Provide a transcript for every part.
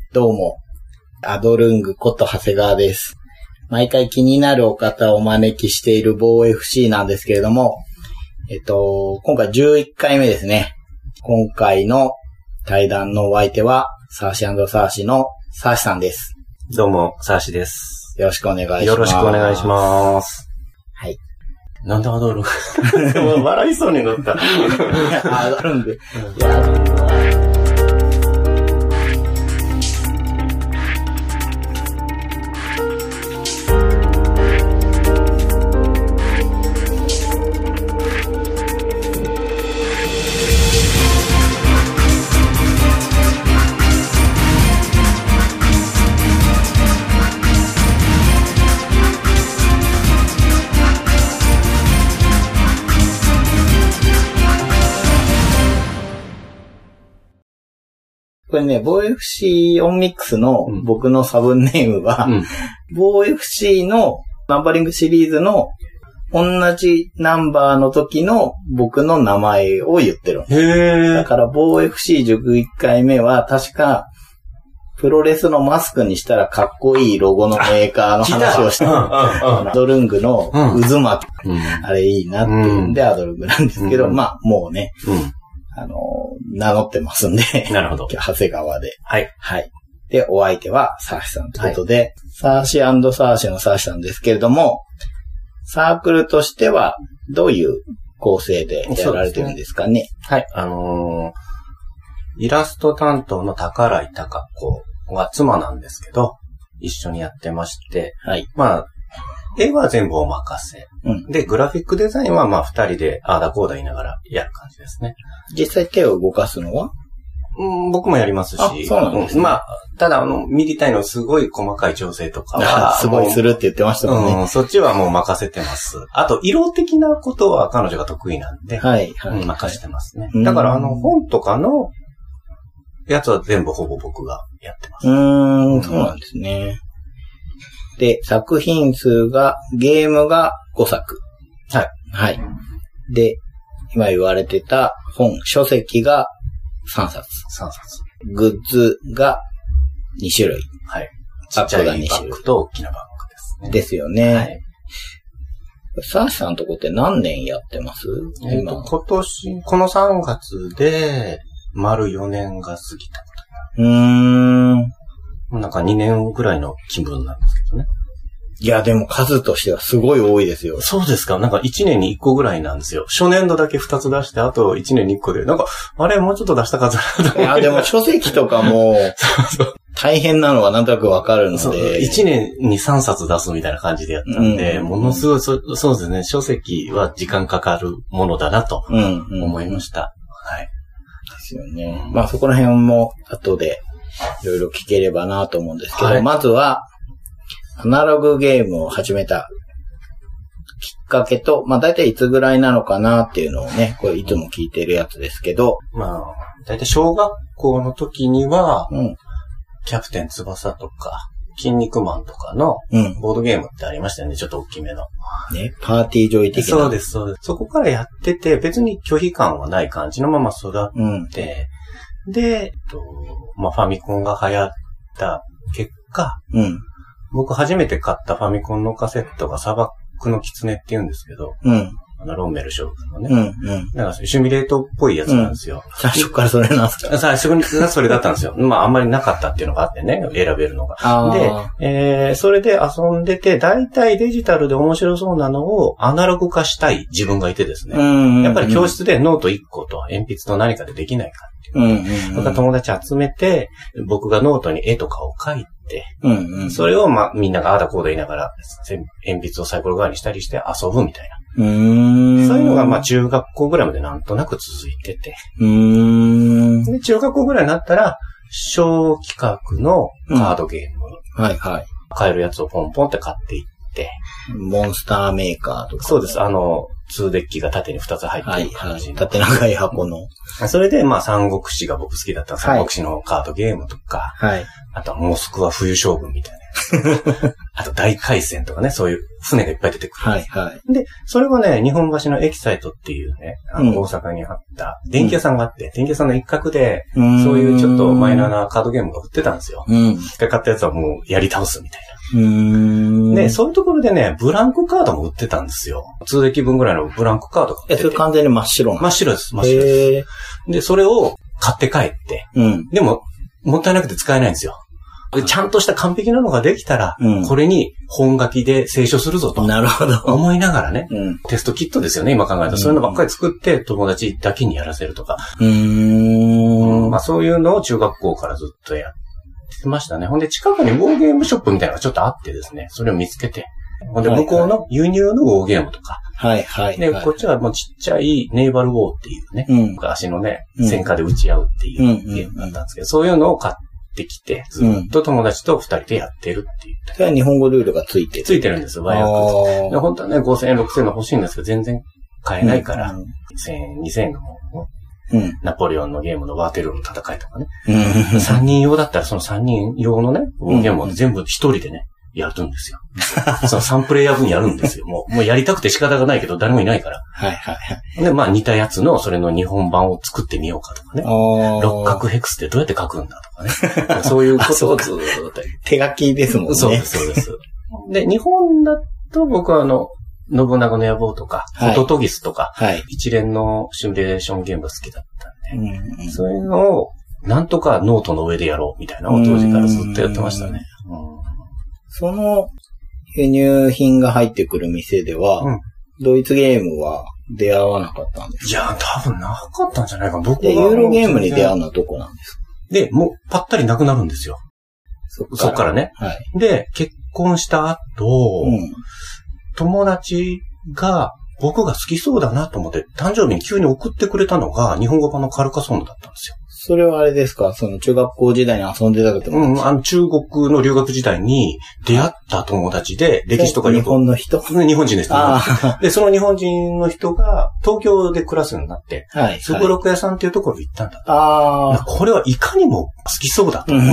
どうも、アドルングこと長谷川です。毎回気になるお方をお招きしている某 FC なんですけれども、今回11回目ですね。今回の対談のお相手は、サーシ&サーシのサーシさんです。 どうも、サーシです。 よろしくお願いします。 よろしくお願いします。 はい。 なんでアドルングでも笑いそうになった。 アドルング。これね、某 FC オンミックスの僕のサブネームは、某 FC のナンバリングシリーズの同じナンバーの時の僕の名前を言ってる。だから某 FC11 回目は確か、プロレスのマスクにしたらかっこいいロゴのメーカーの話をした。アドルングの渦巻き。あれいいなっていうんでアドルングなんですけど、まあもうね、名乗ってますんで。 なるほど。 長谷川で。 はい。 はい。で、お相手はサーシさんということで、サーシ&サーシのサーシさんですけれども、サークルとしてはどういう構成でやられてるんですかね。 はい。イラスト担当の宝井貴子は妻なんですけど、一緒にやってまして、はい。まあ、絵は全部お任せ。で、グラフィックデザインはまあ二人でああだこうだ言いながらやる感じですね。 実際手を動かすのは僕もやりますし。 あ、そうなんですね。 まあ、ただミリ単位のすごい細かい調整とかは。 すごいするって言ってましたもんね。 そっちはもう任せてます。あと、色的なことは彼女が得意なんで。 はい。 任せてますね。だから本とかのやつは全部ほぼ僕がやってます。 そうなんですね。で、作品数が、ゲームが5作。 はい。 はい。で、今言われてた書籍が3冊。 3冊。 グッズが2種類。 はい。ちっちゃいバッグと大きなバッグですね。 ですよね。はい。サーシさんとこって何年やってます？ 今年、この3月で、丸4年が過ぎたことになる。なんか2年ぐらいの気分なんですけどね。 いや、でも数としてはすごい多いですよ。 そうですか。なんか1年に1個ぐらいなんですよ。初年度だけ2つ出して、あと1年に1個で。なんか、あれ、もうちょっと出したかったなと思って。 いや、でも書籍とかも、大変なのはなんとなくわかるので。 1年に3冊出すみたいな感じでやったんで、ものすごい、そうですね。書籍は時間かかるものだなと思いました。はい。 ですよね。まあそこら辺も後でいろいろ聞ければなと思うんですけど、まずはアナログゲームを始めたきっかけと、まあ大体いつぐらいなのかなっていうのをね、これいつも聞いてるやつですけど、 まあ大体小学校の時には、キャプテン翼とか筋肉マンとかのボードゲームってありましたよね、ちょっと大きめの。 ね、パーティージョイ的な。 そうです、そうです。そこからやってて、別に拒否感はない感じのまま育って、で、まあ、ファミコンが流行った結果、僕初めて買ったファミコンのカセットが砂漠の狐って言うんですけど、ロンメル将軍のね。なんかシミュレートっぽいやつなんですよ。 最初からそれなんですか？ 最初がそれだったんですよ。まああんまりなかったっていうのがあってね、選べるのが。で、それで遊んでて、だいたいデジタルで面白そうなのをアナログ化したい自分がいてですね。やっぱり教室でノート1個と鉛筆と何かでできないかっていう。僕が友達集めて、僕がノートに絵とかを描いて、それをまあみんながああだこうだ言いながら、鉛筆をサイコロ代わりにしたりして遊ぶみたいな。そういうのがまあ中学校ぐらいまでなんとなく続いてて。で中学校ぐらいになったら、小企画のカードゲーム。買えるやつをポンポンって買っていって。 モンスターメーカーとか。 そうです。2デッキが縦に2つ入ってる感じ。 縦長い箱の。 それでまあ三国志が僕好きだった三国志のカードゲームとか。あとはモスクワ冬将軍みたいなやあと大海鮮とかね、そういう船がいっぱい出てくる。 はいはい。 で、それはね、日本橋のエキサイトっていうね、大阪にあった電気屋さんがあって、電気屋さんの一角で、そういうちょっとマイナーなカードゲームが売ってたんですよ。一回買ったやつはもうやり倒すみたいな。で、そういうところでね、ブランクカードも売ってたんですよ。2デッキ分ぐらいのブランクカードが売ってて。 それ完全に真っ白なの？ 真っ白です、真っ白です。で、それを買って帰って、でも、もったいなくて使えないんですよ。でちゃんとした完璧なのができたら、これに本書きで清書するぞと。 なるほど。 思いながらね、テストキットですよね、今考えると。そういうのばっかり作って友達だけにやらせるとか。まあそういうのを中学校からずっとやってましたね。ほんで近くにウォーゲームショップみたいなのがちょっとあってですね、それを見つけて。ほんで向こうの輸入のウォーゲームとか。 はいはい。 で、こっちはもうちっちゃいネイバルウォーっていうね、昔のね、戦火で撃ち合うっていうゲームだったんですけど、そういうのを買ってきて、ずっと友達と二人でやってるっていう。 それは日本語ルールがついてる？ ついてるんですよ、和訳。で、本当はね、5000円、6000円の欲しいんですけど、全然買えないから、1000円、2000円のもの、ナポレオンのゲームのワーテルーの戦いとかね。3人用だったらその3人用のね、ゲームを全部一人でね、やるんですよ。その3プレイヤー分やるんですよ。もうやりたくて仕方がないけど誰もいないから。 はいはいはい。 で、まあ似たやつのそれの日本版を作ってみようかとかね。六角ヘクスってどうやって書くんだとかね。そういうことをずっと。 手書きですもんね。 そうです、そうです。で、日本だと僕は信長の野望とか、ホトトギスとか、一連のシミュレーションゲームが好きだったんで、そういうのをなんとかノートの上でやろうみたいなのを当時からずっとやってましたね。 その輸入品が入ってくる店では、ドイツゲームは出会わなかったんですか？ いや、多分なかったんじゃないかな。僕は。 で、ユーロゲームに出会うのはどこなんですか？ で、もうパッタリなくなるんですよ。そっからね。で、結婚した後、友達が僕が好きそうだなと思って誕生日に急に送ってくれたのが日本語版のカルカソンヌだったんですよ。 それはあれですか？その中学校時代に遊んでた時も中国の留学時代に出会った友達で、歴史とか日本の人？ 日本人です。で、その日本人の人が東京で暮らすようになって、すごろく屋さんっていうところに行ったんだ。これはいかにも好きそうだと思って。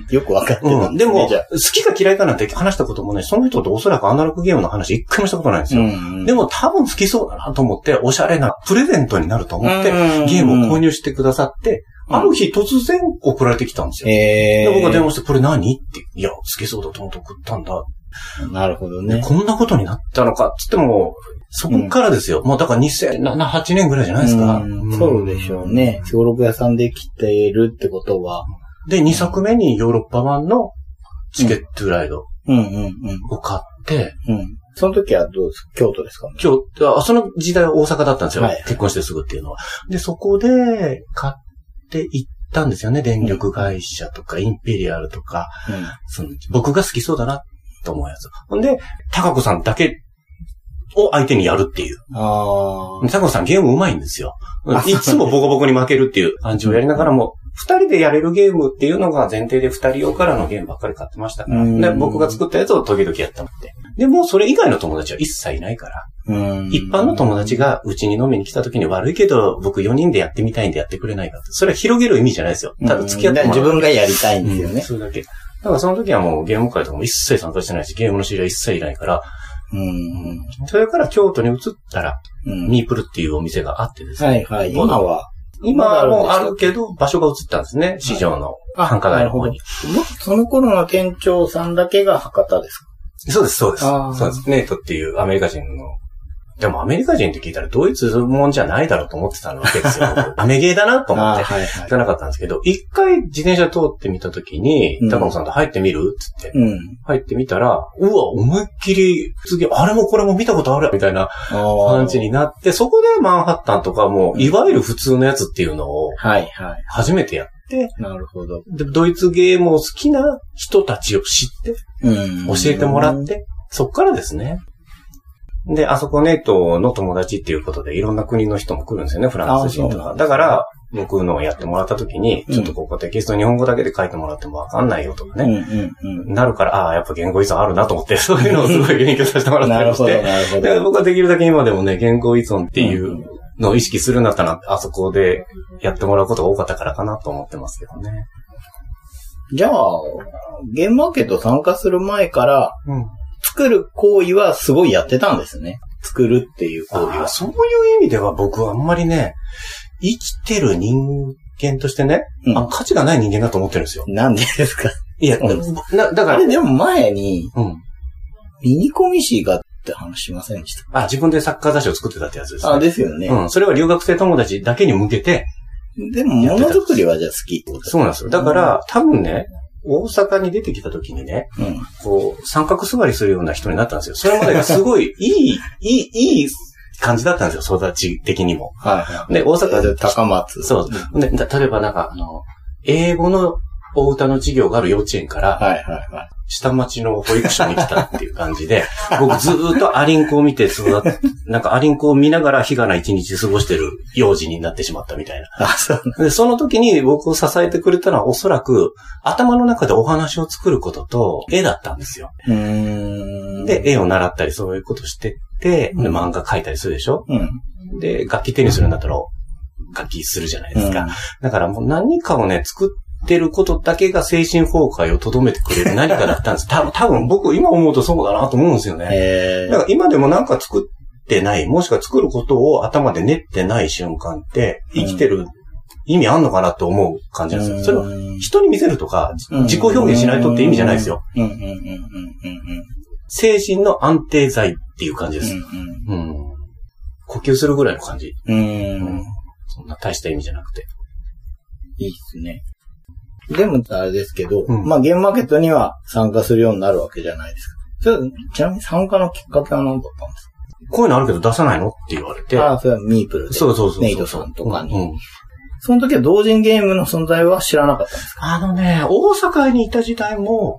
よくわかってる。 でも、好きか嫌いかなんて話したこともね、その人とおそらくアナログゲームの話一回もしたことないんですよ。でも多分好きそうだなと思って、おしゃれなプレゼントになると思って、ゲームを購入してくださって、ある日突然送られてきたんですよ。で、僕が電話して、これ何って、いや、好きそうだと思って送ったんだ。 なるほどね。 こんなことになったのか、つっても、そこからですよ。もうだから2007、8年ぐらいじゃないですか。 そうでしょうね。すごろく屋さんで来ているってことは。 で、2作目にヨーロッパ版のチケットライドを買って、 その時はどうですか？京都ですか？ その時代は大阪だったんですよ。結婚してすぐっていうのは。で、そこで買って行ったんですよね。電力会社とか、インペリアルとか、僕が好きそうだなと思うやつ。ほんで、高子さんだけを相手にやるっていう。高子さんゲーム上手いんですよ。いつもボコボコに負けるっていう感じをやりながらも、二人でやれるゲームっていうのが前提で二人用からのゲームばっかり買ってましたから。で、僕が作ったやつを時々やったので。でも、それ以外の友達は一切いないから。一般の友達がうちに飲みに来た時に悪いけど、僕4人でやってみたいんでやってくれないかって。それは広げる意味じゃないですよ。ただ付き合ってもらう。 自分がやりたいんですよね。 それだけ。だからその時はもうゲーム会とかも一切参加してないし、ゲームの知り合い一切いないから。それから京都に移ったら、ミープルっていうお店があってですね。今はもうあるけど、場所が移ったんですね。市場の繁華街の方に。 その頃の店長さんだけが博多ですか？ そうです、そうです。そうです。ネイトっていうアメリカ人の。でもアメリカ人って聞いたらドイツもんじゃないだろうと思ってたわけですよ。アメゲーだなと思って行かなかったんですけど、一回自転車通ってみたときに、高野さんと入ってみるつって、入ってみたら、うわ、思いっきり、次、あれもこれも見たことあるみたいな感じになって、そこでマンハッタンとかも、いわゆる普通のやつっていうのを、初めてやって、 なるほど。 で、ドイツゲームを好きな人たちを知って、教えてもらって、そっからですね。で、あそこネイトの友達っていうことでいろんな国の人も来るんですよね、フランス人とか。だから、僕のをやってもらった時に、ちょっとここテキスト日本語だけで書いてもらってもわかんないよとかね。なるから、やっぱ言語依存あるなと思って、そういうのをすごい勉強させてもらったりして。なるほど。で、僕はできるだけ今でもね、言語依存っていうのを意識するんだったら、あそこでやってもらうことが多かったからかなと思ってますけどね。 じゃあ、ゲームマーケット参加する前から、作る行為はすごいやってたんですね。作るっていう行為は。 そういう意味では僕はあんまりね、生きてる人間としてね、価値がない人間だと思ってるんですよ。 なんでですか？ いや、だから。 あれでも前に、ミニコミ誌がって話しませんでした？ 自分でサッカー雑誌を作ってたってやつですね。 ですよね。 それは留学生友達だけに向けて。 でも、ものづくりはじゃあ好き。 そうなんですよ。だから、多分ね、大阪に出てきた時にね、こう、三角座りするような人になったんですよ。それまでがすごいいい感じだったんですよ、育ち的にも。で、大阪で。 高松。 そう。で、例えばなんか、英語のお歌の授業がある幼稚園から、下町の保育所に来たっていう感じで、僕ずーっとアリンコを見てなんかアリンコを見ながら日がな一日過ごしてる幼児になってしまったみたいな。で、その時に僕を支えてくれたのはおそらく頭の中でお話を作ることと絵だったんですよ。で、絵を習ったりそういうことしてって、で漫画描いたりするでしょ、で、楽器手にするんだったら楽器するじゃないですか。だからもう何かをね、作ってることだけが精神崩壊をとどめてくれる何かだったんです。多分僕今思うとそうだなと思うんですよね。だから今でもなんか作ってない、もしくは作ることを頭で練ってない瞬間って生きてる意味あんのかなって思う感じなんですよ。それを人に見せるとか自己表現しないとって意味じゃないですよ。精神の安定剤っていう感じです。呼吸するぐらいの感じ。そんな大した意味じゃなくて。 いいっすね。でも、あれですけど、まあ、ゲームマーケットには参加するようになるわけじゃないですか。ちなみに参加のきっかけは何だったんですか？ こういうのあるけど出さないのって言われて。 それはミープルで。 そう。 ネイトさんとかに。その時は同人ゲームの存在は知らなかったんですか？ 大阪にいた時代も、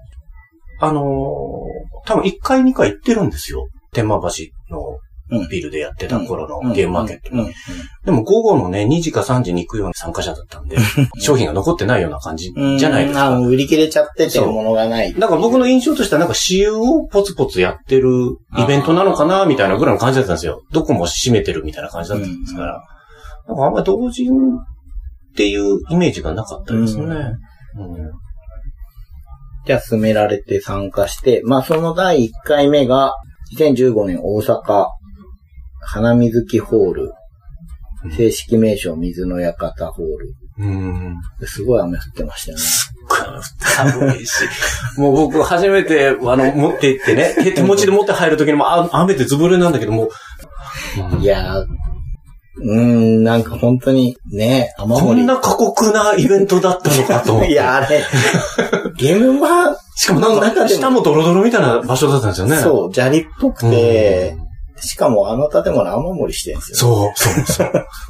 多分1回2回行ってるんですよ。天満橋のビルでやってた頃のゲームマーケットに。でも午後のね、2時か3時に行くような参加者だったんで、商品が残ってないような感じじゃないですか。 売り切れちゃっててものがない。 だから僕の印象としてはなんか私有をポツポツやってるイベントなのかなみたいなぐらいの感じだったんですよ。どこも閉めてるみたいな感じだったんですから。なんかあんまり同人っていうイメージがなかったですね。 じゃあ進められて参加して、まあその第1回目が2015年大阪花水木ホール、正式名称水の館ホール。すごい雨降ってましたよね。 すっごい寒いし。もう僕初めて持って行ってね、手持ちで持って入るときにも雨ってずぶ濡れなんだけども。 いやー、なんか本当にね、雨漏り。 こんな過酷なイベントだったのかと思って。 いや、あれ、ゲームは、 しかもなんか下もドロドロみたいな場所だったんですよね。 そう、砂利っぽくて、しかも建物雨漏りしてるんですよ、 ね。そう。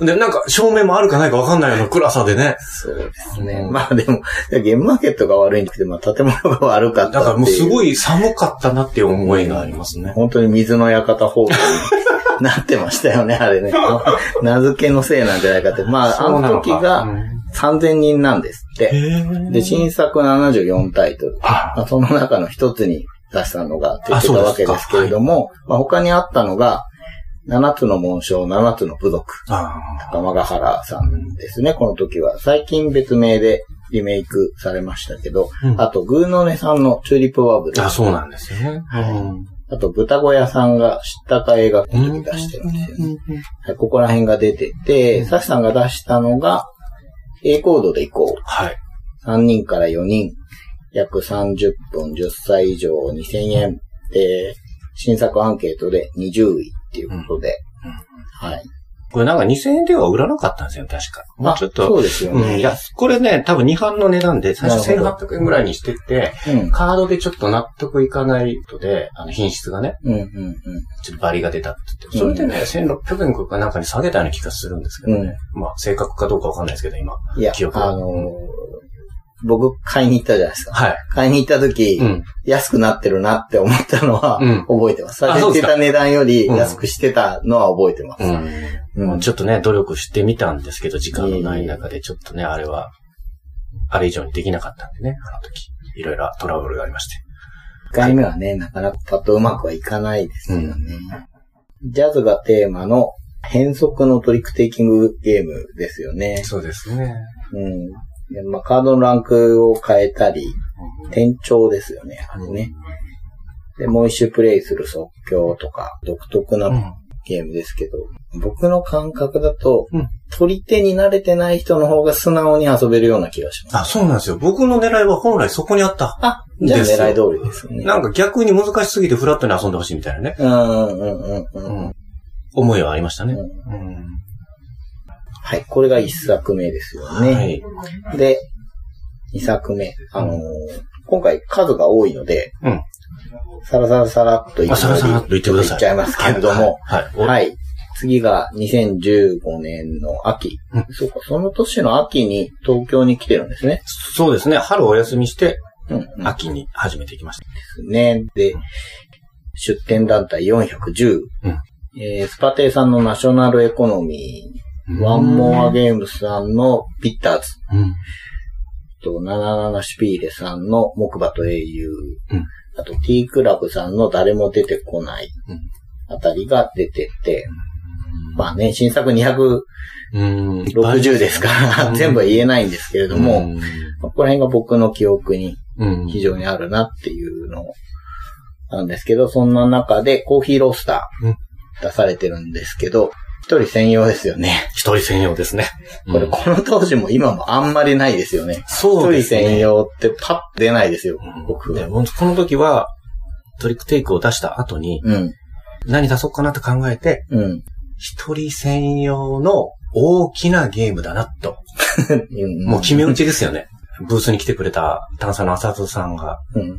で、なんか照明もあるかないか分かんないような暗さでね。 そうですね。まあでも、ゲームマーケットが悪いんじゃなくて、建物が悪かったっていう。 だからもうすごい寒かったなっていう思いがありますね。 本当に水の館ホールになってましたよね、あれね。名付けのせいなんじゃないかって。まあ、あの時が3000人なんですって。で、新作74タイトル。その中の一つに出したのが出てたわけですけれども、まあ、他にあったのが、7つの紋章、7つの部族。高間ヶ原さんですね、この時は。最近別名でリメイクされましたけど、あと、グーノネさんのチューリップバブル。 そうなんですよね。 あと、豚小屋さんが知ったか映画この時出してるんですよね。ここら辺が出てて、サシさんが出したのが、A コードで行こう。3人から4人。約30分、10歳以上2000円で、新作アンケートで20位っていうことで、 これなんか2000円では売らなかったんですよ、確か。もうちょっと。 そうですよね。 いや、これね、多分2版の値段で、最初1800円ぐらいにしてて、カードでちょっと納得いかないとで、品質がね、ちょっとバリが出たって言って、それでね、1600円かなんかに下げたような気がするんですけどね。まあ、正確かどうかわかんないですけど、今。 いや、僕、買いに行ったじゃないですか。買いに行った時、安くなってるなって思ったのは、覚えてます。最初言ってた値段より安くしてたのは覚えてます。 ちょっとね、努力してみたんですけど、時間のない中で、ちょっとね、あれ以上にできなかったんでね、あの時。いろいろトラブルがありまして。 1回目はね、なかなかパッとうまくはいかないですよね。ジャズがテーマの変則のトリックテイキングゲームですよね。 そうですね。 でカードのランクを変えたり、転調ですよね、あれね。で、もう一周プレイする即興とか、独特なゲームですけど、僕の感覚だと、取り手に慣れてない人の方が素直に遊べるような気がします。 あ、そうなんですよ。僕の狙いは本来そこにあった。 あ、じゃあ狙い通りですよね。 なんか逆に難しすぎてフラットに遊んでほしいみたいなね。思いはありましたね。 はい、これが1作目ですよね。はい、で、2作目。今回数が多いので、さらっと言ってください。言っちゃいますけれども、はい。次が2015年の秋。そうか、その年の秋に東京に来てるんですね。 そうですね。春お休みして、秋に始めていきました。 ですね。で、出展団体410。スパテイさんのナショナルエコノミー、ワンモアゲームスさんのピッターズ。77シュピーレさんの木馬と英雄。あと T クラブさんの誰も出てこないあたりが出てて、まあね、新作260ですから、全部は言えないんですけれども、ここら辺が僕の記憶に非常にあるなっていうのなんですけど、そんな中でコーヒーロースター出されてるんですけど、一人専用ですよね。 一人専用ですね。 これこの当時も今もあんまりないですよね。 そうですね。 一人専用ってパッ出ないですよ、僕は。 この時はトリックテイクを出した後に、何出そうかなって考えて、一人専用の大きなゲームだなと。もう決め打ちですよね。ブースに来てくれた炭酸の浅津さんが、なん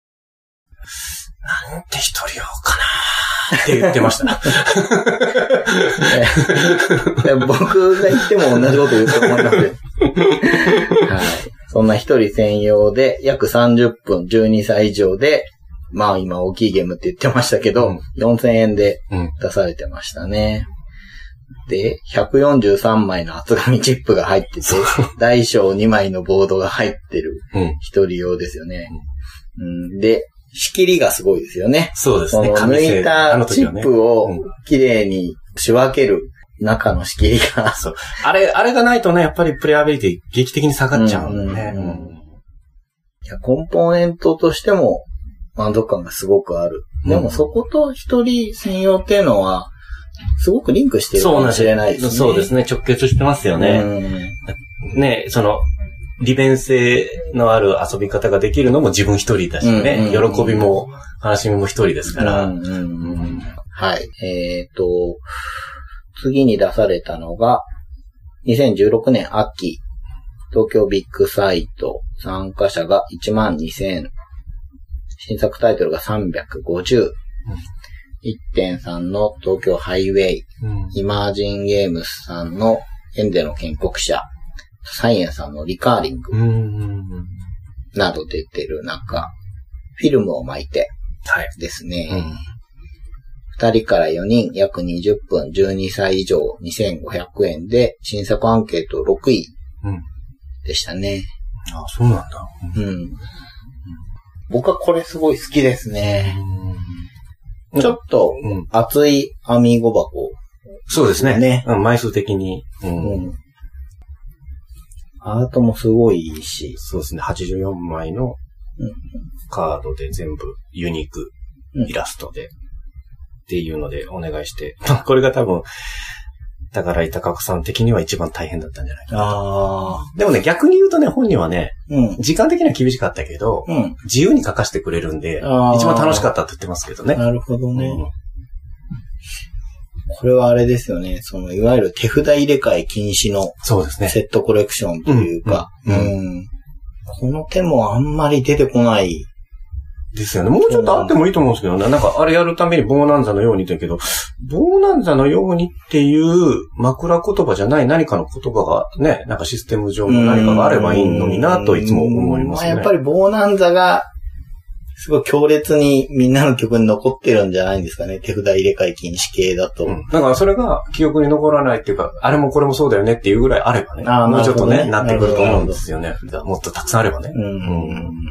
て一人用かなって言ってました。 僕が言っても同じこと言うと思いますよ。はい。そんな一人専用で約30分12歳以上で、まあ今大きいゲームって言ってましたけど、4000円で出されてましたね。で、143枚の厚紙チップが入ってて、大小2枚のボードが入ってる一人用ですよね。で、仕切りがすごいですよね。 そうですね。 抜いたチップをきれいに仕分ける中の仕切りが。 そう。あれがないとね、やっぱりプレイアビリティ劇的に下がっちゃうんでね。 いや、コンポーネントとしても満足感がすごくある。でもそこと一人専用っていうのは、すごくリンクしてるかもしれないですね。 そうですね。直結してますよね。ね、利便性のある遊び方ができるのも自分一人だしね。喜びも悲しみも一人ですから。 はい。次に出されたのが、2016年秋、東京ビッグサイト、参加者が12000、新作タイトルが350、1.3 の東京ハイウェイ、イマージンゲームスさんのエンデの建国者、サイエンさんのリカーリングなど出てる中、フィルムを巻いてですね、2人から4人約20分12歳以上2500円で新作アンケート6位でしたね。 あ、そうなんだ。 僕はこれすごい好きですね。ちょっと厚い網ご箱。 そうですね。枚数的に。 アートもすごいいいし。 そうですね。84枚のカードで全部ユニークイラストでっていうのでお願いして。これが多分、宝井高子さん的には一番大変だったんじゃないかな。でもね、逆に言うとね、本人はね、時間的には厳しかったけど、自由に書かせてくれるんで、一番楽しかったって言ってますけどね。 なるほどね。これはあれですよね。いわゆる手札入れ替え禁止のセットコレクションというか、この手もあんまり出てこない。 ですよね。もうちょっとあってもいいと思うんですけどね。なんかあれやるためにボーナンザのようにって言うけど、ボーナンザのようにっていう枕言葉じゃない何かの言葉がね、なんかシステム上の何かがあればいいのになといつも思いますね。 やっぱりボーナンザがすごい強烈にみんなの曲に残ってるんじゃないんですかね。手札入れ替え禁止系だと。 だからそれが記憶に残らないっていうか、あれもこれもそうだよねっていうぐらいあればね。もうちょっとね、なってくると思うんですよね。もっとたくさんあればね。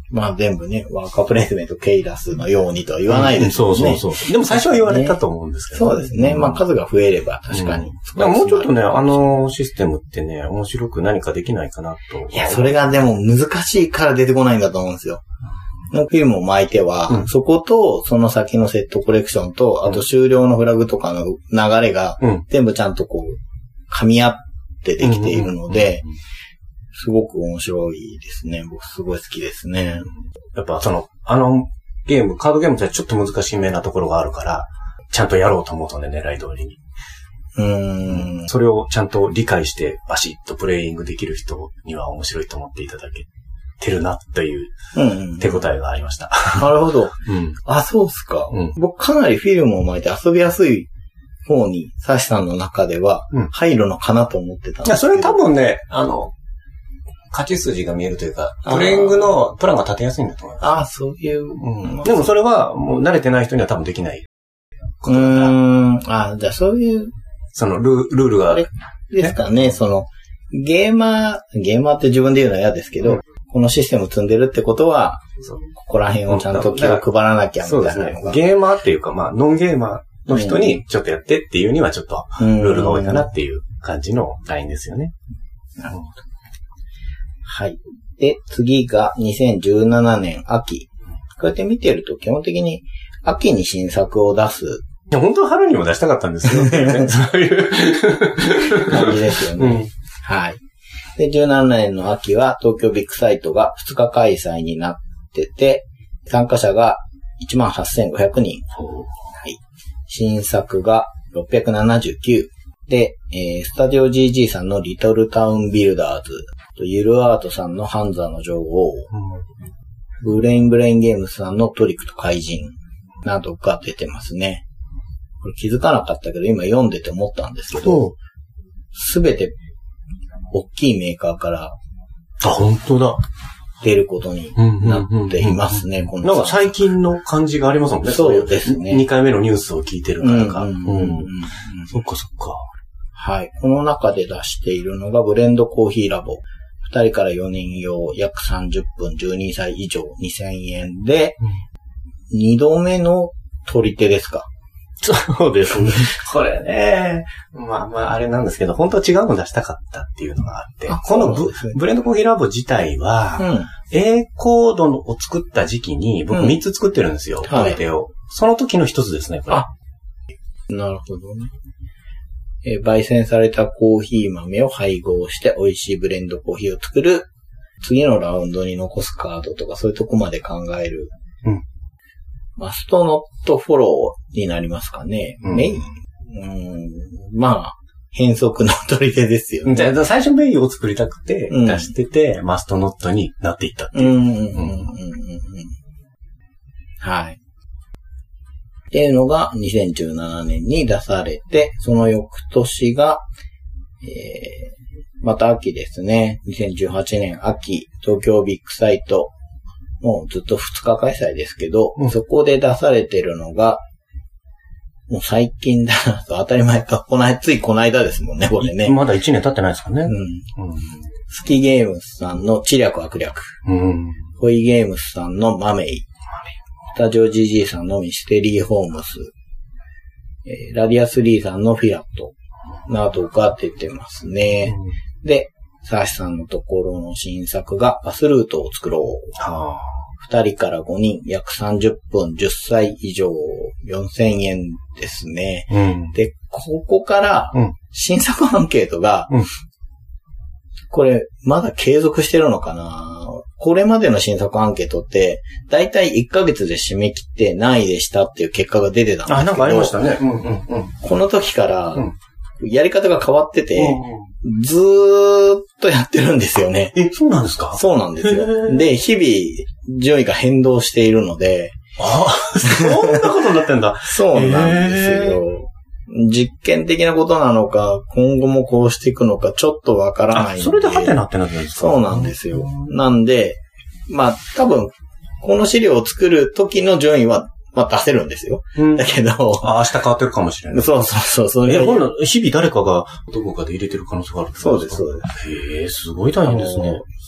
まあ全部ね、ワーカープレイスメント、ケイラスのようにとは言わないですよね。 そう。でも最初は言われたと思うんですけど、 そうですね。まあ数が増えれば確かに。 もうちょっとね、システムってね、面白く何かできないかなと。 いや、それがでも難しいから出てこないんだと思うんですよ。フィルムを巻いては、そことその先のセットコレクションと、あと終了のフラグとかの流れが、全部ちゃんとこう、噛み合ってできているので、すごく面白いですね。僕すごい好きですね。 やっぱゲーム、カードゲームってちょっと難しめなところがあるから、ちゃんとやろうと思うとね、狙い通りに。それをちゃんと理解して、バシッとプレイングできる人には面白いと思っていただけてるな、という手応えがありました。 なるほど。あ、そうっすか。僕かなりフィルムを巻いて遊びやすい方に、サシさんの中では、入るのかなと思ってたんですけど。いや、 それ多分ね、勝ち筋が見えるというか、プレイングのプランが立てやすいんだと思います。 ああ、そういう。 でもそれは、もう慣れてない人には多分できない。 じゃあそういう。 そのルールが。あれですかね、ゲーマーって自分で言うのは嫌ですけど、このシステム積んでるってことは、ここら辺をちゃんと気を配らなきゃみたいなのが。そうですね。 ゲーマーっていうか、まあ、ノンゲーマーの人にちょっとやってっていうにはちょっと、ルールが多いかなっていう感じのラインですよね。 なるほど。はい。で、次が2017年秋。こうやって見てると基本的に秋に新作を出す。いや、本当は春にも出したかったんですよね。そういう感じですよね。はい。で、17年の秋は東京ビッグサイトが2日開催になってて、参加者が 18,500 人。はい。新作が679。で、スタジオ GG さんのリトルタウンビルダーズ。ゆるアートさんのハンザの女王、ブレインゲームスさんのトリックと怪人などが出てますね。これ気づかなかったけど今読んでて思ったんですけど、すべて大きいメーカーから本当だ出ることになっていますね。 なんか最近の感じがありますもんね。 そうですね。 2回目のニュースを聞いてるからか。そっかそっか。 はい。この中で出しているのがブレンドコーヒーラボ。2人から4人用、約30分、12歳以上、2000円で、2度目の取り手ですか。 そうですね。これね、まあ、あれなんですけど、本当は違うの出したかったっていうのがあって、このブレンドコーヒーラボ自体は、A コードを作った時期に、僕3つ作ってるんですよ、取り手を。その時の1つですね、これ。 なるほどね。焙煎されたコーヒー豆を配合して美味しいブレンドコーヒーを作る次のラウンドに残すカードとかそういうとこまで考える。マストノットフォローになりますかね。メインまあ、変則の取り手ですよね。 最初メインを作りたくて出してて、マストノットになっていったっていう。 はい。っていうのが2017年に出されて、その翌年が、また秋ですね。2018年秋、東京ビッグサイト、もうずっと2日開催ですけど、そこで出されてるのが、もう最近だなと当たり前か、ついこの間ですもんね、これね。 まだ1年経ってないですかね。 スキゲームスさんの知略悪略。ホイゲームスさんのマメイ。スタジオ GG さんのミステリーホームス、ラディアスリーさんのフィラットなどが出てますね。で、サーシさんのところの新作がバスルートを作ろう。2人から5人、約30分、10歳以上、4000円ですね。で、ここから新作アンケートが、これまだ継続してるのかな。これまでの新作アンケートって、だいたい1ヶ月で締め切って何位でしたっていう結果が出てたんですけど。 なんかありましたね。 この時から、やり方が変わってて、ずーっとやってるんですよね。 そうなんですか？ そうなんですよ。で、日々、順位が変動しているので。 そんなことになってんだ。 そうなんですよ。実験的なことなのか、今後もこうしていくのか、ちょっとわからないんで。 それでハテナってなってるんですか？ そうなんですよ。なんで、まあ、多分、この資料を作る時の順位は、まあ出せるんですよ。だけど。 明日変わってるかもしれない。 そう。 日々誰かがどこかで入れてる可能性があるんですか？ そうです。 へえ、すごい大変ですね。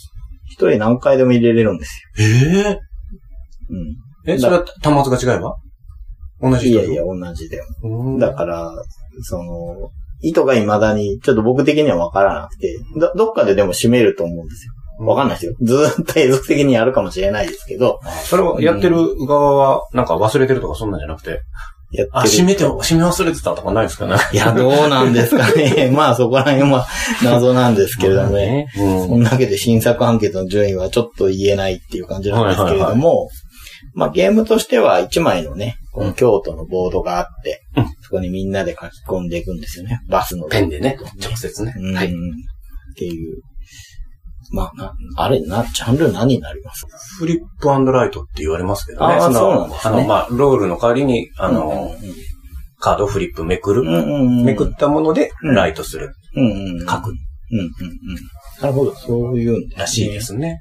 一人何回でも入れれるんですよ。 それは端末が違えば同じ人？ いや、同じだよ。だから、意図が未だに、ちょっと僕的には分からなくて、どっかででも締めると思うんですよ。分かんないですよ。ずーっと永続的にやるかもしれないですけど。 それをやってる側は、なんか忘れてるとかそんなんじゃなくて。締め忘れてたとかないですかね。 いや、どうなんですかね。まあそこら辺は謎なんですけれどもね。そんだけで新作判決の順位はちょっと言えないっていう感じなんですけれども、まあゲームとしては1枚のね、この京都のボードがあって、そこにみんなで書き込んでいくんですよね。バスの。 ペンでね、直接ね。 はい。っていう。まあ、ジャンル何になりますか？ フリップ&ライトって言われますけどね。 そうなんですね。 まあ、ロールの代わりに、カードをフリップめくる。めくったもので、ライトする。書く。 なるほど、そういうんらしいですね。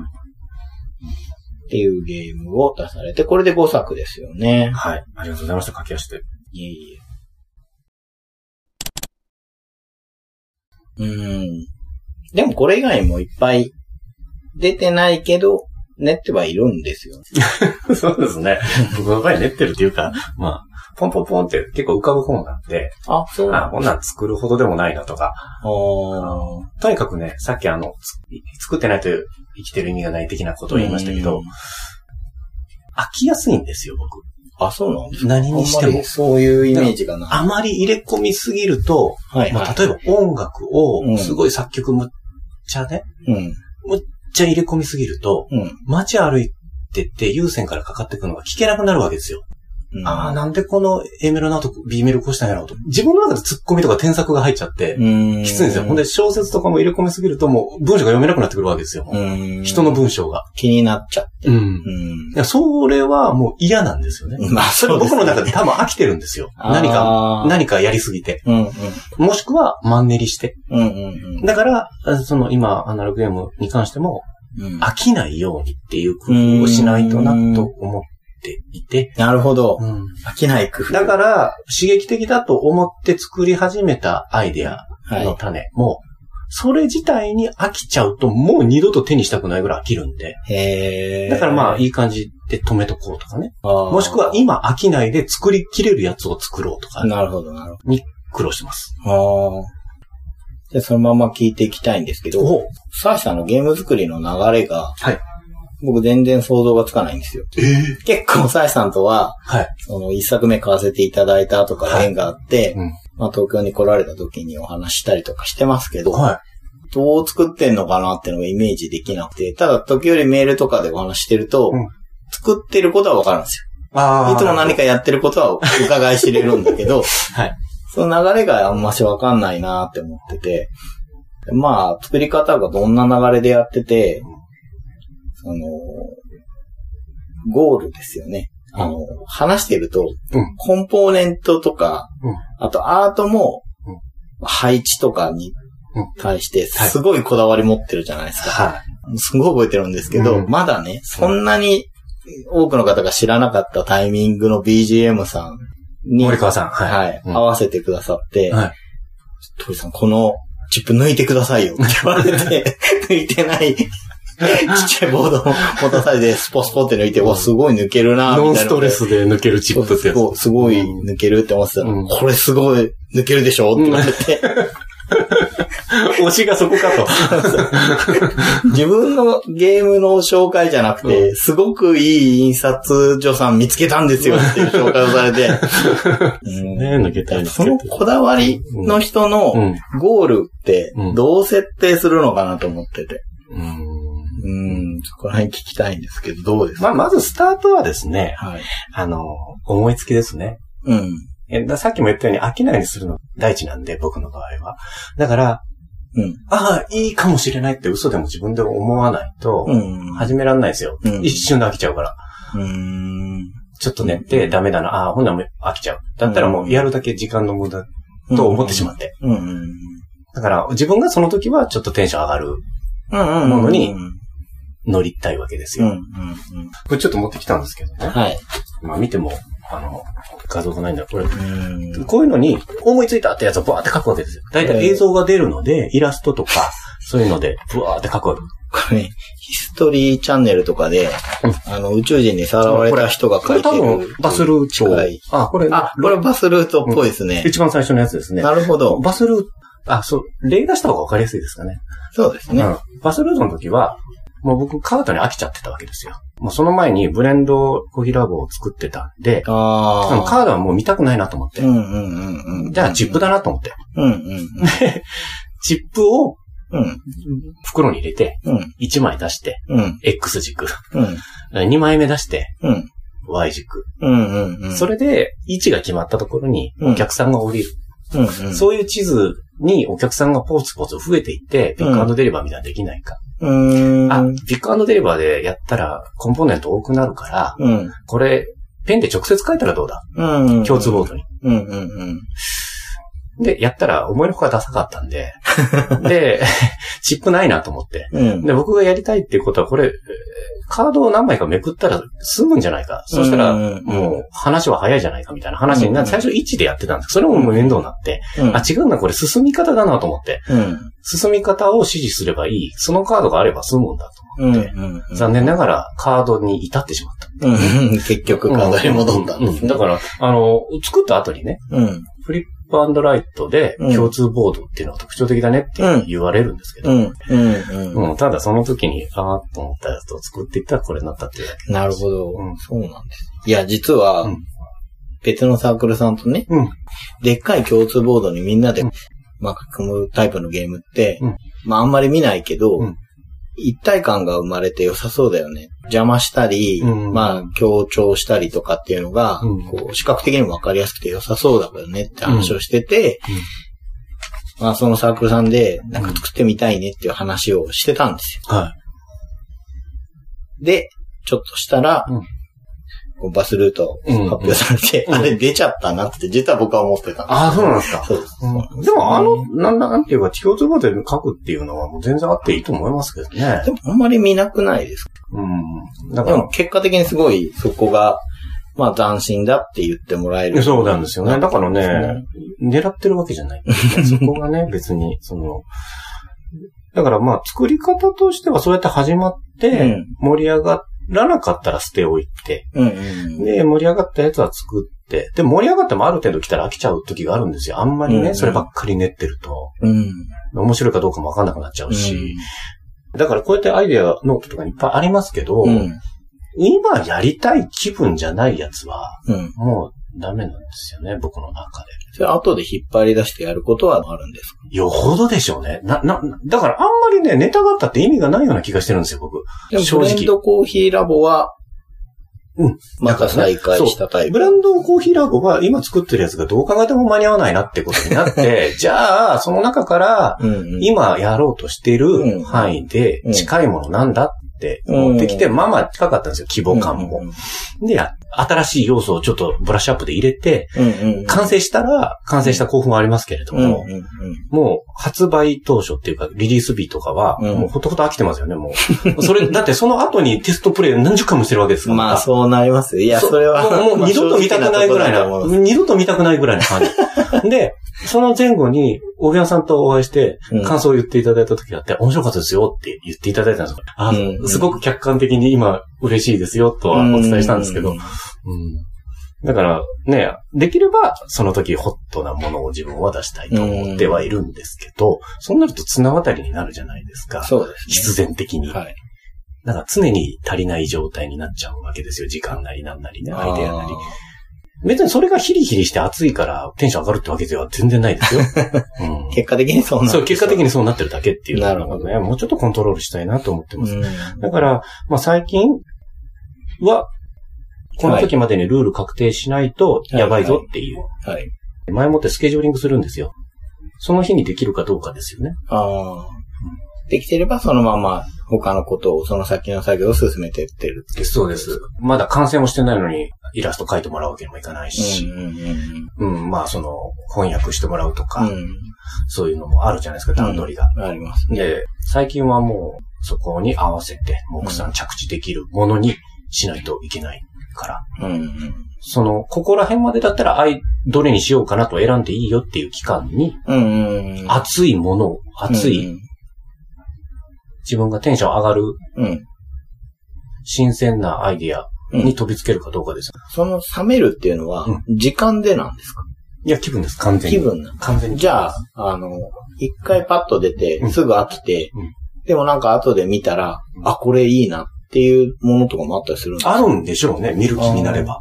っていうゲームを出されて、これで5作ですよね。 はい。ありがとうございました、書き出して。 いえ。でもこれ以外もいっぱい出てないけど、練ってはいるんですよ。 そうですね。僕の場合練ってるっていうか、まあ、ポンポンポンって結構浮かぶ本なんで、 そうなんこんなん作るほどでもないなとか。とにかくね、さっき作ってないと生きてる意味がない的なことを言いましたけど、飽きやすいんですよ、僕。 そうなんですか？ 何にしても。 そういうイメージがない。 あまり入れ込みすぎると、例えば音楽をすごい作曲むっちゃね、むっちゃ入れ込みすぎると、街歩いてって有線からかかってくるのが聞けなくなるわけですよ。なんでこの A メロの後 B メロこうしたんやろうと。自分の中でツッコミとか添削が入っちゃって、きついんですよ。ほんで小説とかも入れ込みすぎるともう文章が読めなくなってくるわけですよ。人の文章が。 気になっちゃって。 それはもう嫌なんですよね。それ僕の中で多分飽きてるんですよ。何かやりすぎて。もしくはマンネリして。だから、今アナログゲームに関しても、飽きないようにっていう工夫をしないとなと思っていて。 なるほど。飽きない工夫。 だから、刺激的だと思って作り始めたアイデアの種も、それ自体に飽きちゃうともう二度と手にしたくないぐらい飽きるんで。だからまあいい感じで止めとこうとかね。もしくは今飽きないで作りきれるやつを作ろうとか。 なるほど、なるほど。 に苦労してます。 で、そのまま聞いていきたいんですけど、サーシさんのゲーム作りの流れが、僕全然想像がつかないんですよ。結構サーシさんとは、一作目買わせていただいた後から縁があって、東京に来られた時にお話したりとかしてますけど、どう作ってんのかなっていうのがイメージできなくて、ただ時折メールとかでお話してると、作ってることはわかるんですよ。いつも何かやってることは伺い知れるんだけど、その流れがあんましわかんないなって思ってて、まあ、作り方がどんな流れでやってて、ゴールですよね。話してると、コンポーネントとか、あとアートも、配置とかに対してすごいこだわり持ってるじゃないですか。すごい覚えてるんですけど、まだね、そんなに多くの方が知らなかったタイミングの BGM さんに、 森川さん、 合わせてくださって、鳥さん、このチップ抜いてくださいよって言われて、抜いてない、ちっちゃいボードを持たされて、スポスポって抜いて、すごい抜けるなみたいな。 ノンストレスで抜けるチップってやつ。 すごい抜けるって思ってたら、これすごい抜けるでしょって言われて。 推しがそこかと。 自分のゲームの紹介じゃなくて、すごくいい印刷所さん見つけたんですよっていう紹介をされて。 抜けたいそのこだわりの人のゴールってどう設定するのかなと思ってて。そこら辺聞きたいんですけど、どうですか？ まずスタートはですね、思いつきですね。さっきも言ったように飽きないようにするの第一なんで、僕の場合は。だから、いいかもしれないって嘘でも自分で思わないと、始めらんないですよ。一瞬で飽きちゃうから。ちょっとねってダメだな、ほんなら飽きちゃう。だったらもうやるだけ時間の無駄と思ってしまって。だから自分がその時はちょっとテンション上がるものに乗りたいわけですよ。これちょっと持ってきたんですけどね。まあ見ても、画像がないんだ。これ。こういうのに思いついたってやつをバーって書くわけですよ。だいたい映像が出るので、イラストとか、そういうので、ブワーって書これ、ヒストリーチャンネルとかで、宇宙人にさらわれた人が書いてる。 これ多分、バスルート。 これバスルートっぽいですね。 一番最初のやつですね。 なるほど。 バスルート、そう、例出した方が分かりやすいですかね。 そうですね。 バスルートの時は、もう僕カードに飽きちゃってたわけですよ。もうその前にブレンドコーヒーラボを作ってたんで、カードはもう見たくないなと思って。じゃあチップだなと思って。チップを、袋に入れて、1枚出して、X 軸、2枚目出して、Y 軸。それで、位置が決まったところにお客さんが降りる。そういう地図にお客さんがポツポツ増えていって、ピック&デリバーみたいなのできないか。ピック&デリバーでやったらコンポーネント多くなるから、これ、ペンで直接書いたらどうだ、共通ボードに。で、やったら思いのほかダサかったんで、で、チップないなと思って、で、僕がやりたいっていうことはこれ、カードを何枚かめくったら済むんじゃないか。そしたら、もう話は早いじゃないかみたいな話になって、最初1でやってたんですけど、それも面倒になって、違うな、これ進み方だなと思って、進み方を指示すればいい。そのカードがあれば済むんだと思って、残念ながらカードに至ってしまった。 結局カードに戻ったんですね。 だから、作った後にね、フリップ&ライトで共通ボードっていうのが特徴的だねって言われるんですけど、ただその時に、と思ったやつを作っていったらこれになったっていうだけ。 なるほど。そうなんです。いや、実は、別のサークルさんとね、でっかい共通ボードにみんなで、書き込むタイプのゲームって、あんまり見ないけど、一体感が生まれて良さそうだよね。邪魔したり、強調したりとかっていうのが、視覚的にも分かりやすくて良さそうだよねって話をしてて、そのサークルさんで、作ってみたいねっていう話をしてたんですよ。で、ちょっとしたら、バスルート発表されて、あれ出ちゃったなって実は僕は思ってたんです。 そうなんですか。そうです。でもなんていうか、共通ボードで書くっていうのはもう全然あっていいと思いますけどね。 でもあんまり見なくないですか？だから結果的にすごいそこが、斬新だって言ってもらえる。 そうなんですよね。だからね、狙ってるわけじゃない。そこがね、別に、だから作り方としてはそうやって始まって、盛り上がらなかったら捨ておいて、で、盛り上がったやつは作って、で、盛り上がってもある程度来たら飽きちゃう時があるんですよ。あんまりね、そればっかり練ってると、面白いかどうかもわかんなくなっちゃうし、だからこうやってアイデアノートとかにいっぱいありますけど、今やりたい気分じゃないやつは、もうダメなんですよね、僕の中で。 それ後で引っ張り出してやることはあるんですか？ よほどでしょうね。だからあんまりね、ネタがあったって意味がないような気がしてるんですよ、僕。 正直。ブレンドコーヒーラボは、また再開したタイプ。 ブレンドコーヒーラボは今作ってるやつがどう考えても間に合わないなってことになって、じゃあ、その中から、今やろうとしている範囲で近いものなんだって持ってきて、近かったんですよ、規模感も。で、新しい要素をちょっとブラッシュアップで入れて、完成した興奮はありますけれども、もう発売当初っていうか、リリース日とかは、もうほとほと飽きてますよね、もう。それ、だってその後にテストプレイ何十回もしてるわけですから。 そうなりますよ。いや、それは。 もう二度と見たくないぐらいな感じ。で、その前後に、大宮さんとお会いして、感想を言っていただいた時があって、面白かったですよって言っていただいたんですよ。すごく客観的に今嬉しいですよとはお伝えしたんですけど、だからね、できればその時ホットなものを自分は出したいと思ってはいるんですけど、そうなると綱渡りになるじゃないですか。 そうですね。 必然的に。だから常に足りない状態になっちゃうわけですよ。時間なりなんなりね、アイデアなり。別にそれがヒリヒリして暑いからテンション上がるってわけでは全然ないですよ。 結果的にそうなってる。 そう、結果的にそうなってるだけっていう。 なるほどね。 もうちょっとコントロールしたいなと思ってます。だから、最近は、この時までにルール確定しないとやばいぞっていう。前もってスケジューリングするんですよ。その日にできるかどうかですよね。 できてればそのまま他のことを、その先の作業を進めていってるっていう。 そうです。まだ完成もしてないのにイラスト描いてもらうわけにもいかないし、翻訳してもらうとか、そういうのもあるじゃないですか、段取りが。 ありますね。 で、最近はもうそこに合わせて木さん着地できるものにしないといけないから、ここら辺までだったら、どれにしようかなと選んでいいよっていう期間に、熱いものを、熱い自分がテンション上がる、新鮮なアイディアに飛びつけるかどうかです。 その冷めるっていうのは、時間でなんですか？ いや、気分です、完全に。 気分なん完全に。 じゃあ、一回パッと出て、すぐ飽きて、でもなんか後で見たら、これいいなっていうものとかもあったりするんですか？ あるんでしょうね、見る気になれば。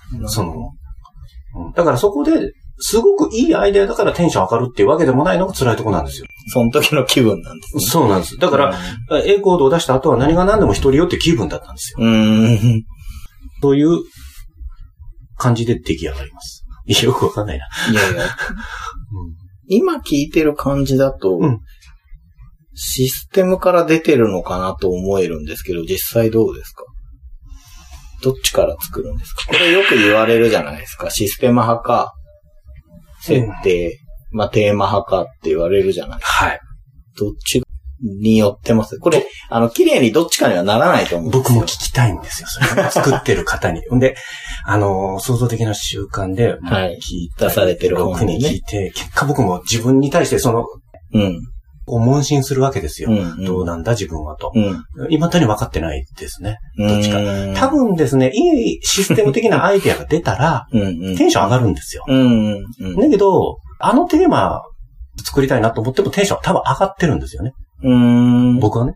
だからそこで、すごくいいアイデアだからテンション上がるっていうわけでもないのが辛いとこなんですよ。 その時の気分なんですね。 そうなんです。だから、A コードを出した後は何が何でも一人よって気分だったんですよ。そういう感じで出来上がります。よくわかんないな。いやいや。 今聞いてる感じだと、システムから出てるのかなと思えるんですけど、実際どうですか？どっちから作るんですか？これよく言われるじゃないですか。システム派か、設定、テーマ派かって言われるじゃないですか。はい。どっちによってます。これ、綺麗にどっちかにはならないと思うんですよ。 僕も聞きたいんですよ、それ。作ってる方に。で、創造的な習慣で、 出されてる本に聞いて、結果僕も自分に対して問診するわけですよ。どうなんだ自分はと。未だに分かってないですね。どっちか。多分ですね、いいシステム的なアイデアが出たら、テンション上がるんですよ。だけど、テーマ作りたいなと思ってもテンション多分上がってるんですよね。僕はね。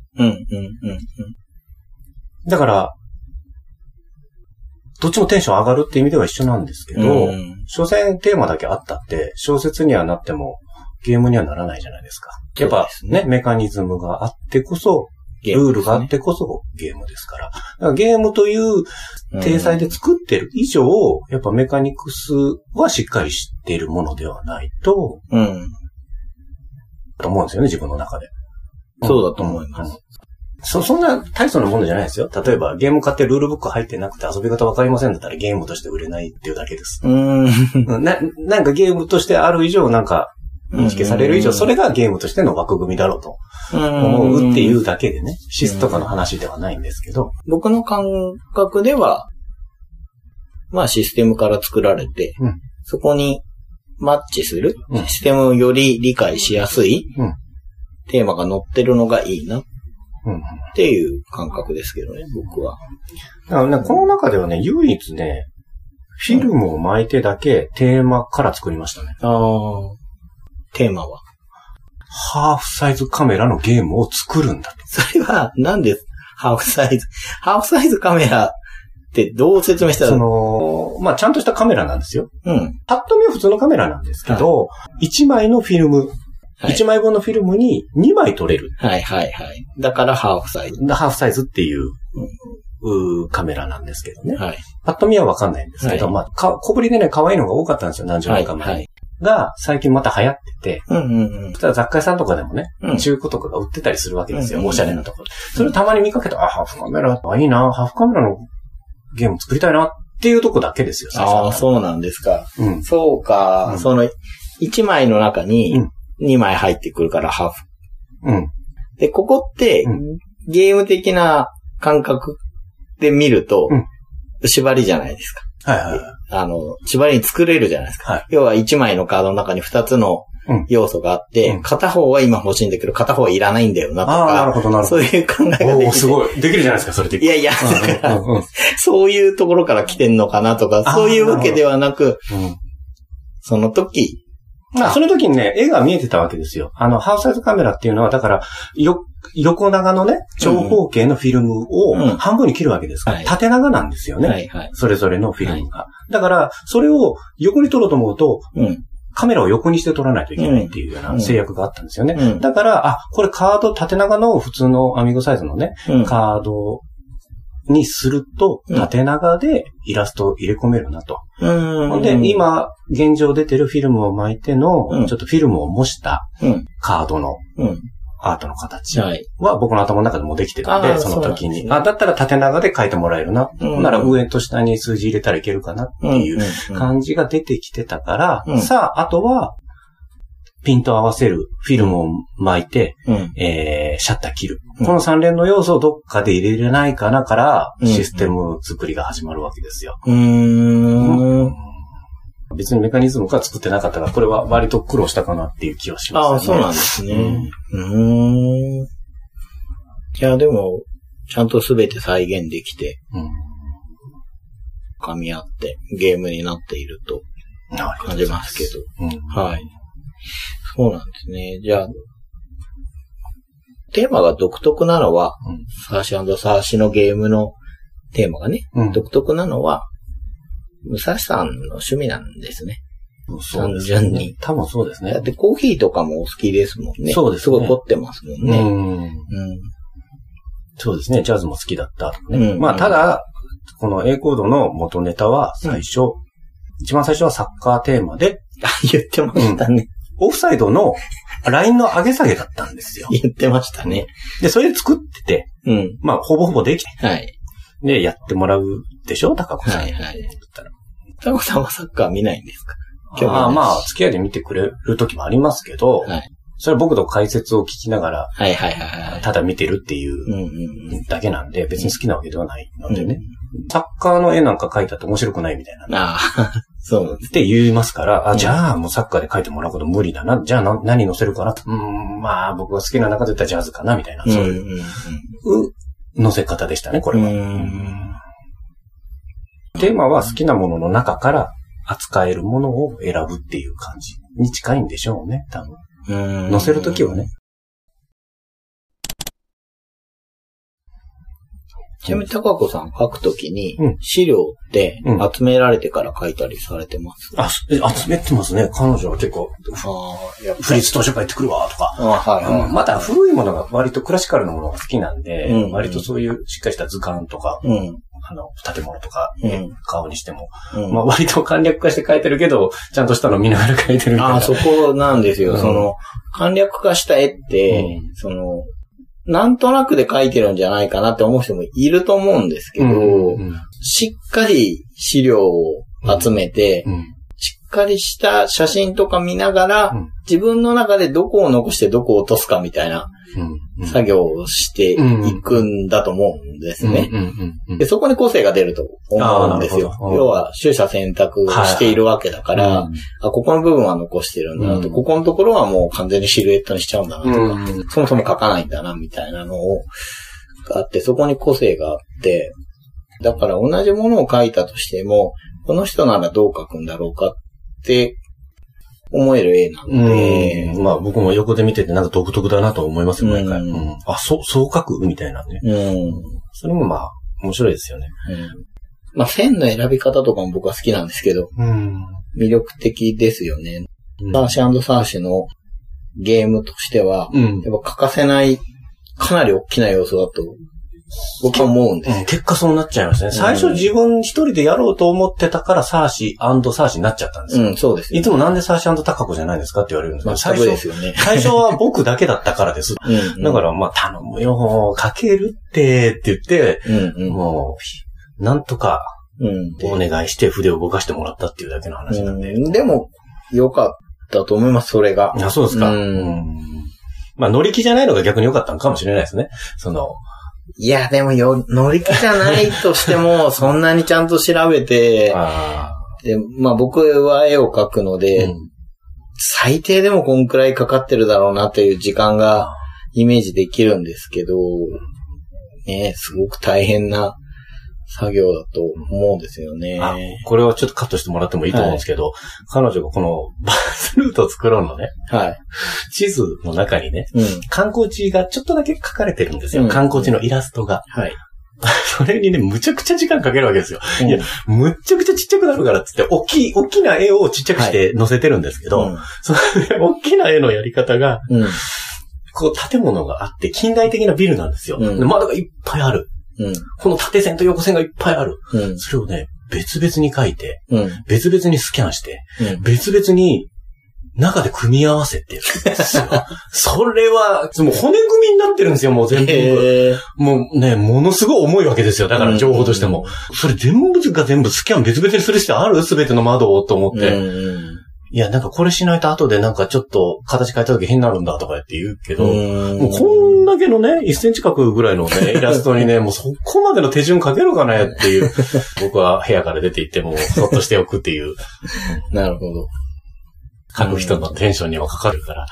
だから、どっちもテンション上がるって意味では一緒なんですけど、所詮テーマだけあったって、小説にはなってもゲームにはならないじゃないですか。やっぱね、メカニズムがあってこそ、ルールがあってこそゲームですから。だからゲームという体裁で作ってる以上、やっぱメカニクスはしっかり知っているものではないと、と思うんですよね、自分の中で。 そうだと思います。 そんな大層なものじゃないですよ。例えばゲーム買ってルールブック入ってなくて遊び方わかりませんだったらゲームとして売れないっていうだけです。なんかゲームとしてある以上、なんか認識される以上、それがゲームとしての枠組みだろうと思うっていうだけでね、シスとかの話ではないんですけど。 僕の感覚では、システムから作られて、そこにマッチする、システムをより理解しやすい、テーマが載ってるのがいいなっていう感覚ですけどね、僕は。 だからね、この中ではね、唯一ね、フィルムを巻いてだけテーマから作りましたね。 テーマはハーフサイズカメラのゲームを作るんだと。 それは、なんでハーフサイズカメラってどう説明したらちゃんとしたカメラなんですよ。パッと見は普通のカメラなんですけど、1枚のフィルム、1枚分のフィルムに2枚撮れる。 だからハーフサイズ。 ハーフサイズっていう、カメラなんですけどね。パッと見はわかんないんですけど、小ぶりでね、可愛いのが多かったんですよ、何十年か前に。が、最近また流行ってて、そしたら雑貨屋さんとかでもね、中古とかが売ってたりするわけですよ、おしゃれなところで。それをたまに見かけて、ハーフカメラ、いいな、ハーフカメラのゲーム作りたいなっていうとこだけですよ、最初。 そうなんですか。そうか、その、1枚の中に2枚入ってくるからハーフ。で、ここって、ゲーム的な感覚で見ると、縛りじゃないですか。縛りに作れるじゃないですか。要は1枚のカードの中に2つの要素があって、片方は今欲しいんだけど、片方はいらないんだよなとか。 なるほど。 そういう考えができる。 すごい。できるじゃないですか、それで。 いや、だから、そういうところから来てんのかなとか、そういうわけではなく、その時、 その時にね、絵が見えてたわけですよ。ハーフサイズカメラっていうのは、だから、横長のね、長方形のフィルムを半分に切るわけですから、縦長なんですよね。それぞれのフィルムが。だから、それを横に撮ろうと思うと、カメラを横にして撮らないといけないっていうような制約があったんですよね。だから、これカード、縦長の普通のアミゴサイズのね、カードにすると、縦長でイラストを入れ込めるなと。で、今、現状出てるフィルムを巻いての、ちょっとフィルムを模したカードのアートの形は僕の頭の中でもできてるんで、その時に。だったら縦長で描いてもらえるな。なら上と下に数字入れたらいけるかなっていう感じが出てきてたから、さあ、あとは、ピント合わせる、フィルムを巻いて、シャッター切る。この3連の要素をどっかで入れれないかなから、システム作りが始まるわけですよ。別にメカニズムが作ってなかったから、これは割と苦労したかなっていう気はしますね。 そうなんですね。 いや、でも、ちゃんとすべて再現できて、噛み合ってゲームになっていると感じますけど。はい。そうなんですね。じゃあ、テーマが独特なのは、サーシ&サーシのゲームのテーマがね、独特なのは、武蔵さんの趣味なんですね。単純に。 多分そうですね。 だってコーヒーとかもお好きですもんね。そうですね。すごい凝ってますもんね。 そうですね。ジャズも好きだったとかね。まあ、ただ、この A コードの元ネタは一番最初はサッカーテーマで。 言ってましたね。 オフサイドのラインの上げ下げだったんですよ。 言ってましたね。 で、それで作ってて、まあ、ほぼほぼできて。 はい。 で、やってもらうでしょ高子さん。はいはい。 高子さんはサッカー見ないんですか？ まあ、付き合いで見てくれる時もありますけど、それは僕の解説を聞きながら、ただ見てるっていうだけなんで、別に好きなわけではないのでね。サッカーの絵なんか描いたって面白くないみたいな。 そうって言いますから、じゃあもうサッカーで描いてもらうこと無理だな。じゃあ何載せるかな。まあ僕が好きな中で言ったらジャズかなみたいな、そういう載せ方でしたね、これは。テーマは好きなものの中から扱えるものを選ぶっていう感じに近いんでしょうね、多分。載せるときはね。 ちなみに高子さん書くときに、資料って集められてから書いたりされてます？ 集めてますね。彼女は結構、フリーズ図書館行ってくるわとか。また古いものが割とクラシカルなものが好きなんで、割とそういうしっかりした図鑑とか、建物とか、顔にしても、まあ割と簡略化して書いてるけど、ちゃんとしたの見ながら書いてるみたいな。 そこなんですよ。その、簡略化した絵って、なんとなくで書いてるんじゃないかなって思う人もいると思うんですけど、しっかり資料を集めて、しっかりした写真とか見ながら、自分の中でどこを残してどこを落とすかみたいな作業をしていくんだと思うんですね。で、そこに個性が出ると思うんですよ。要は、取捨選択をしているわけだから、ここの部分は残してるんだなと、ここのところはもう完全にシルエットにしちゃうんだなとか、そもそも書かないんだなみたいなのがあって、そこに個性があって、だから同じものを書いたとしても、この人ならどう書くんだろうかって思える絵なので。 まあ僕も横で見ててなんか独特だなと思いますよ、毎回。そう書くみたいなね。それもまあ面白いですよね。 まあ線の選び方とかも僕は好きなんですけど、魅力的ですよね。サーシ&サーシのゲームとしては、やっぱ欠かせないかなり大きな要素だと僕は思うんです。 結果そうなっちゃいますね。最初自分一人でやろうと思ってたからサーシ&サーシになっちゃったんですよ。 そうです、 いつもなんでサーシ&タカ子じゃないですかって言われるんですけど、 最初ですよね。 最初は僕だけだったからです。だからまあ頼むよ、書けるって言って、もう、なんとかお願いして筆を動かしてもらったっていうだけの話なんで。 でも、良かったと思います、それが。 そうですか。まあ乗り気じゃないのが逆に良かったのかもしれないですね。 いや、でも乗り気じゃないとしても、そんなにちゃんと調べて、で、まあ僕は絵を描くので、最低でもこんくらいかかってるだろうなという時間がイメージできるんですけど、ね、すごく大変な作業だと思うんですよね。 これはちょっとカットしてもらってもいいと思うんですけど、彼女がこのバスルートを作ろうのね、地図の中にね、観光地がちょっとだけ書かれてるんですよ。観光地のイラストが。それにね、むちゃくちゃ時間かけるわけですよ。いや、むちゃくちゃちっちゃくなるからって言って、大きな絵をちっちゃくして載せてるんですけど、その大きな絵のやり方が、こう建物があって近代的なビルなんですよ。窓がいっぱいある。この縦線と横線がいっぱいある。それをね、別々に書いて、別々にスキャンして、別々に中で組み合わせてるんですよ。それは、もう骨組みになってるんですよ、もう全部。もうね、ものすごい重いわけですよ。だから情報としても。それ全部が全部スキャン別々にする必要ある？すべての窓をと思って。いや、なんかこれしないと後でなんかちょっと形変えた時変になるんだとかって言うけど、もうこんだけのね、1センチ角ぐらいのね、イラストにね、もうそこまでの手順書けるかねっていう、僕は部屋から出て行ってもそっとしておくっていう。 なるほど。 書く人のテンションにはかかるから。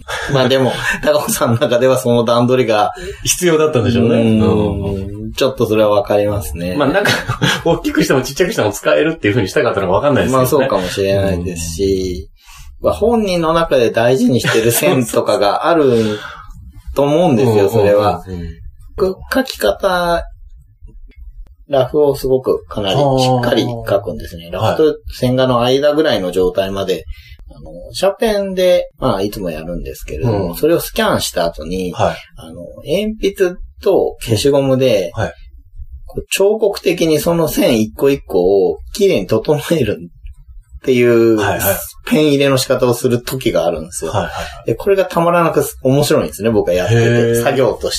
まあでも、高子さんの中ではその段取りが必要だったんでしょうね。 ちょっとそれはわかりますね。 まあなんか、大きくしてもちっちゃくしても使えるっていう風にしたかったのがわかんないですけどね。 まあそうかもしれないですし、本人の中で大事にしてる線とかがあると思うんですよ、それは。書き方、ラフをすごくかなりしっかり書くんですね。ラフと線画の間ぐらいの状態まで、シャーペンで、まあいつもやるんですけれども、それをスキャンした後に、鉛筆と消しゴムで、彫刻的にその線一個一個をきれいに整えるっていう、ペン入れの仕方をする時があるんですよ。でこれがたまらなく面白いんですね、僕はやってて、作業として。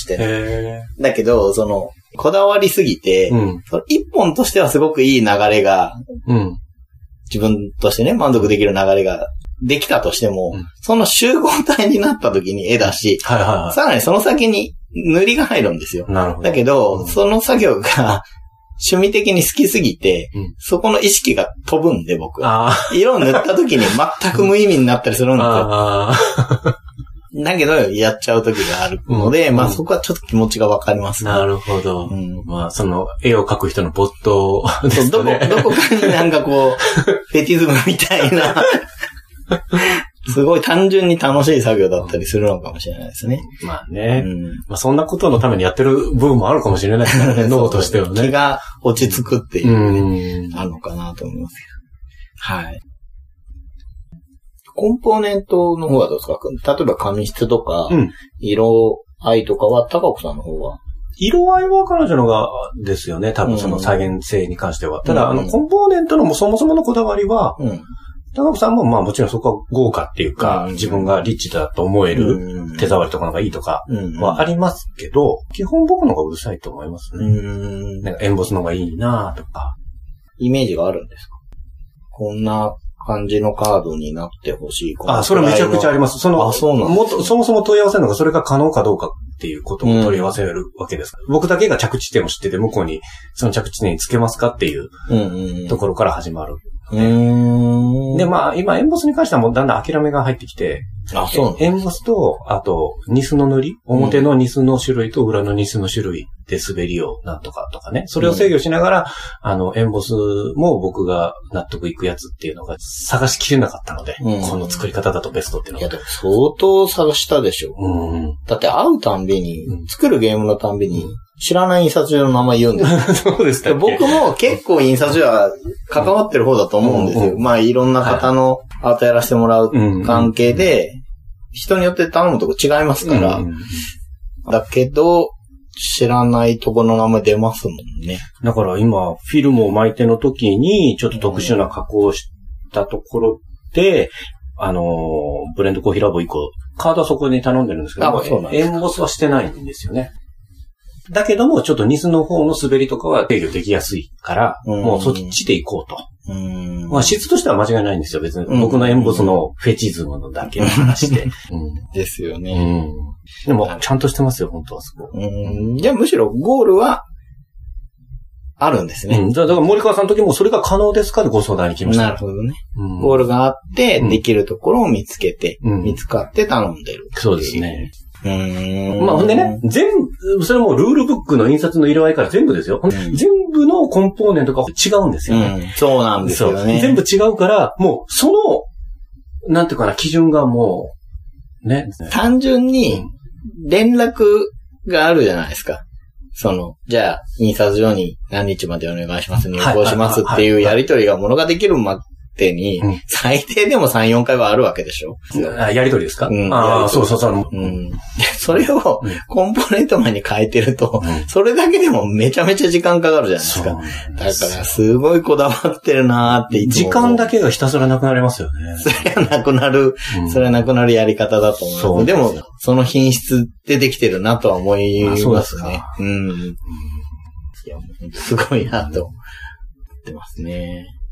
だけど、こだわりすぎて、一本としてはすごくいい流れが、自分としてね、満足できる流れができたとしても、その集合体になった時に絵だし、さらにその先に塗りが入るんですよ。 なるほど。 だけど、その作業が趣味的に好きすぎて、そこの意識が飛ぶんで、僕は。色を塗った時に全く無意味になったりするんですよ。だけど、やっちゃう時があるので、まあそこはちょっと気持ちがわかりますね。 なるほど。まあ絵を描く人の没頭ですね。 どこかになんかこう、フェティズムみたいな、すごい単純に楽しい作業だったりするのかもしれないですね。 まあね。まあそんなことのためにやってる部分もあるかもしれないですからね、脳としてはね。 気が落ち着くっていう、あるのかなと思いますけど。はい。コンポーネントの方はどうですか？例えば紙質とか、色合いとかは高子さんの方は？ 色合いは彼女のがですよね。多分その再現性に関しては。ただ、コンポーネントのそもそものこだわりは、高子さんもまあもちろんそこは豪華っていうか、自分がリッチだと思える手触りとかのがいいとかはありますけど、基本僕の方がうるさいと思いますね。なんかエンボスの方がいいなとか。 イメージがあるんですか？こんな感じのカードになってほしい。 それめちゃくちゃあります。 そうなんです。 そもそも問い合わせるのがそれが可能かどうかっていうことを問い合わせるわけです。僕だけが着地点を知ってて向こうにその着地点につけますかっていうところから始まる。で、まあ今エンボスに関してはもうだんだん諦めが入ってきて、エンボスと、あと、ニスの塗り、表のニスの種類と裏のニスの種類で滑りをなんとかとかね。それを制御しながら、エンボスも僕が納得いくやつっていうのが探しきれなかったので、この作り方だとベストっていうのが。 いや、でも相当探したでしょ。だって会うたんびに、作るゲームのたんびに、知らない印刷所の名前言うんですよ。 そうですか。 僕も結構印刷所は関わってる方だと思うんですよ。まあいろんな方のアートやらせてもらう関係で、人によって頼むとこ違いますから。だけど、知らないとこの名前出ますもんね。 だから今、フィルムを巻いての時に、ちょっと特殊な加工をしたところで、ブレンドコーヒーラボ1個、カードはそこに頼んでるんですけど、エンボスはしてないんですよね。だけども、ちょっとニスの方の滑りとかは制御できやすいから、もうそっちで行こうと。まあ質としては間違いないんですよ、別に。僕のエンボスのフェチズムのだけの話で。 ですよね。 でも、ちゃんとしてますよ、本当はすごい。じゃあむしろゴールは、あるんですね。 だから森川さんの時もそれが可能ですかでご相談に来ました。 なるほどね。ゴールがあって、できるところを見つけて、見つかって頼んでる。 そうですね。まあ、ほんでね、それもルールブックの印刷の色合いから全部ですよ。全部のコンポーネントが違うんですよね。 そうなんですよね。 全部違うから、もう、その、なんていうかな、基準がもう、ね。 単純に、連絡があるじゃないですか。じゃあ、印刷所に何日までお願いします、入稿しますっていうやりとりがものができるまでに、最低でも3、4回はあるわけでしょ？ やりとりですか？そう。 それをコンポーネント前に変えてると、それだけでもめちゃめちゃ時間かかるじゃないですか。だからすごいこだわってるなーっていつも。 時間だけがひたすらなくなりますよね。 それはなくなるやり方だと思います。でも、その品質でできてるなとは思いますね。いや、もうすごいなと思ってますね。